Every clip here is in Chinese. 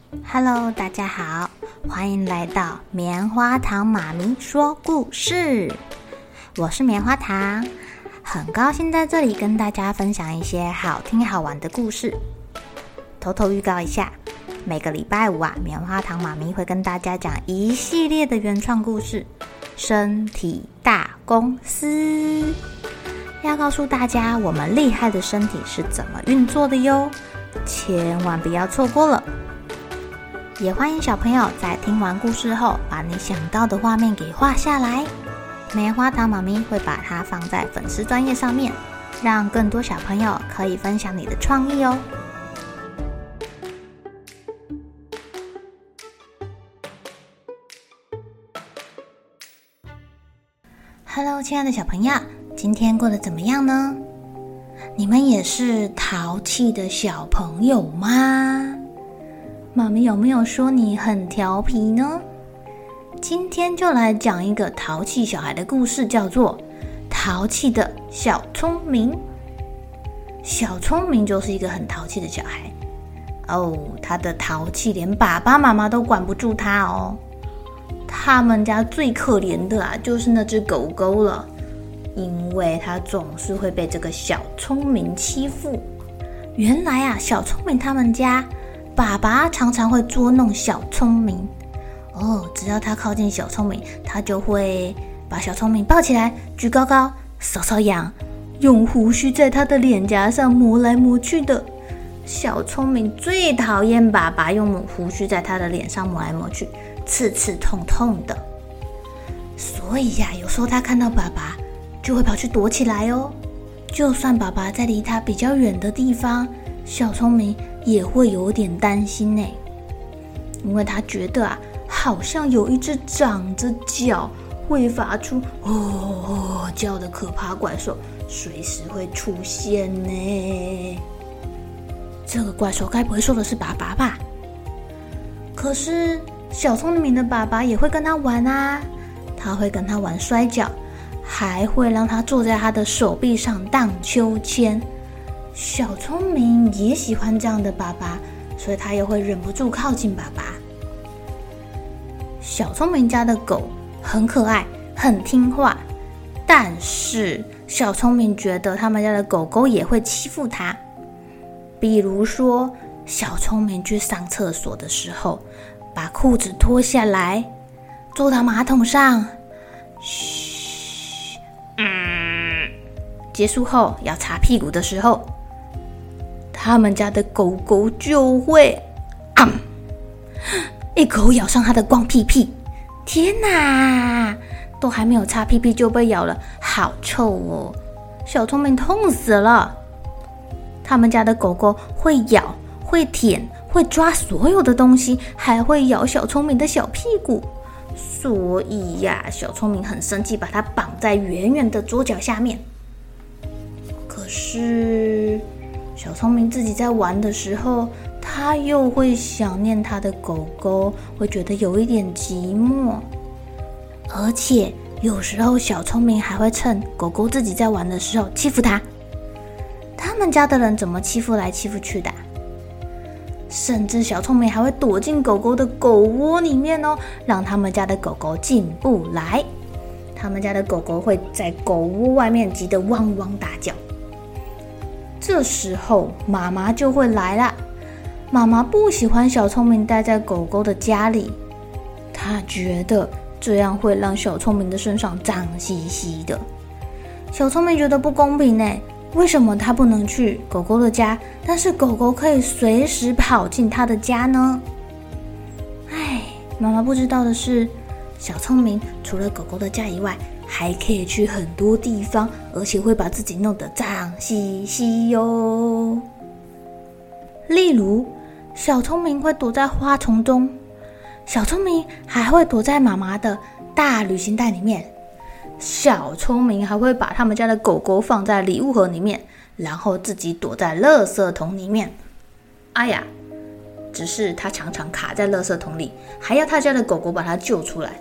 Hello， 大家好，欢迎来到棉花糖妈咪说故事。我是棉花糖，很高兴在这里跟大家分享一些好听好玩的故事。偷偷预告一下，每个礼拜五棉花糖妈咪会跟大家讲一系列的原创故事，身体大公司，要告诉大家我们厉害的身体是怎么运作的哟，千万不要错过了。也欢迎小朋友在听完故事后，把你想到的画面给画下来。棉花糖妈咪会把它放在粉丝专页上面，让更多小朋友可以分享你的创意哦。Hello， 亲爱的小朋友，今天过得怎么样呢？你们也是淘气的小朋友吗？妈咪有没有说你很调皮呢？今天就来讲一个淘气小孩的故事，叫做淘气的小聪明。小聪明就是一个很淘气的小孩哦，他的淘气连爸爸妈妈都管不住他哦。他们家最可怜的就是那只狗狗了，因为他总是会被这个小聪明欺负。原来小聪明他们家爸爸常常会捉弄小聪明哦，只要他靠近小聪明，他就会把小聪明抱起来，举高高，搔搔痒，用胡须在他的脸颊上磨来磨去的。小聪明最讨厌爸爸用胡须在他的脸上磨来磨去，刺刺痛痛的。所以有时候他看到爸爸就会跑去躲起来哦。就算爸爸在离他比较远的地方，小聪明也会有点担心呢，因为他觉得好像有一只长着脚会发出叫的可怕怪兽随时会出现呢。这个怪兽该不会说的是爸爸吧？可是小聪明的爸爸也会跟他玩他会跟他玩摔跤，还会让他坐在他的手臂上荡秋千。小聪明也喜欢这样的爸爸，所以他也会忍不住靠近爸爸。小聪明家的狗很可爱，很听话，但是小聪明觉得他们家的狗狗也会欺负他。比如说，小聪明去上厕所的时候，把裤子脱下来，坐到马桶上，嘘，结束后要擦屁股的时候，他们家的狗狗就会一口咬上他的光屁屁。天哪，都还没有擦屁屁就被咬了，好臭哦！小聪明痛死了。他们家的狗狗会咬，会舔，会抓所有的东西，还会咬小聪明的小屁股。所以小聪明很生气，把它绑在远远的桌角下面。可是小聪明自己在玩的时候，他又会想念他的狗狗，会觉得有一点寂寞。而且有时候小聪明还会趁狗狗自己在玩的时候欺负他。他们家的人怎么欺负来欺负去的？甚至小聪明还会躲进狗狗的狗窝里面哦，让他们家的狗狗进不来。他们家的狗狗会在狗窝外面急得汪汪大叫。这时候妈妈就会来了。妈妈不喜欢小聪明待在狗狗的家里，她觉得这样会让小聪明的身上脏兮兮的。小聪明觉得不公平呢，为什么他不能去狗狗的家，但是狗狗可以随时跑进他的家呢？妈妈不知道的是，小聪明除了狗狗的家以外，还可以去很多地方，而且会把自己弄得脏兮兮哟。例如，小聪明会躲在花丛中，小聪明还会躲在妈妈的大旅行袋里面，小聪明还会把他们家的狗狗放在礼物盒里面，然后自己躲在垃圾桶里面。只是他常常卡在垃圾桶里，还要他家的狗狗把他救出来。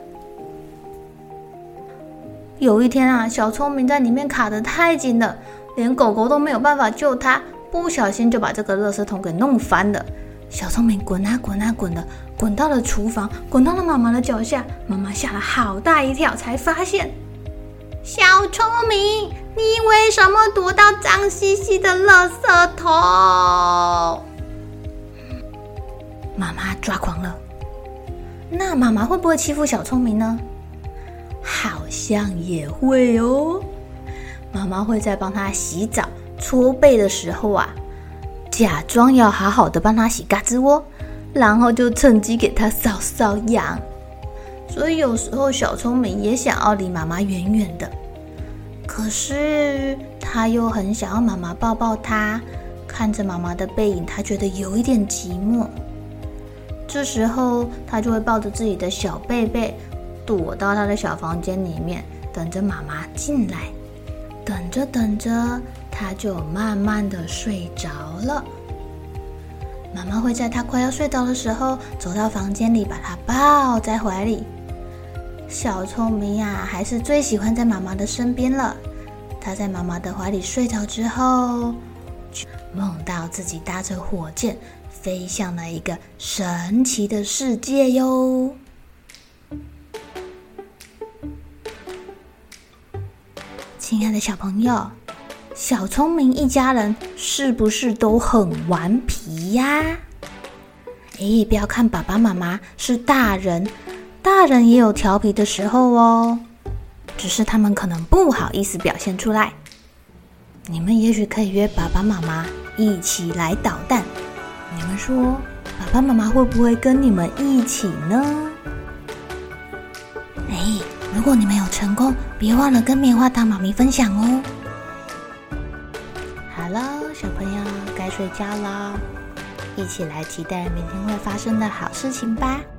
有一天小聪明在里面卡得太紧了，连狗狗都没有办法救他，不小心就把这个垃圾桶给弄翻了。 小聪明滚啊滚啊滚的，滚到了厨房，滚到了妈妈的脚下。妈妈吓了好大一跳，才发现，小聪明，你为什么躲到脏兮兮的垃圾桶？妈妈抓狂了。那妈妈会不会欺负小聪明呢？好像也会哦。妈妈会在帮他洗澡、搓背的时候啊，假装要好好的帮他洗嘎吱窝，然后就趁机给他搔搔痒。所以有时候小聪明也想要离妈妈远远的，可是他又很想要妈妈抱抱他，看着妈妈的背影，他觉得有一点寂寞。这时候他就会抱着自己的小贝贝，躲到他的小房间里面，等着妈妈进来。等着等着，他就慢慢的睡着了。妈妈会在他快要睡着的时候，走到房间里，把他抱在怀里。小聪明呀，还是最喜欢在妈妈的身边了。他在妈妈的怀里睡着之后，梦到自己搭着火箭飞向了一个神奇的世界哟。亲爱的小朋友，小聪明一家人是不是都很顽皮呀？不要看爸爸妈妈是大人，大人也有调皮的时候哦，只是他们可能不好意思表现出来。你们也许可以约爸爸妈妈一起来捣蛋，你们说爸爸妈妈会不会跟你们一起呢？如果你们有成功，别忘了跟棉花糖妈咪分享哦。好了，小朋友该睡觉了，一起来期待明天会发生的好事情吧。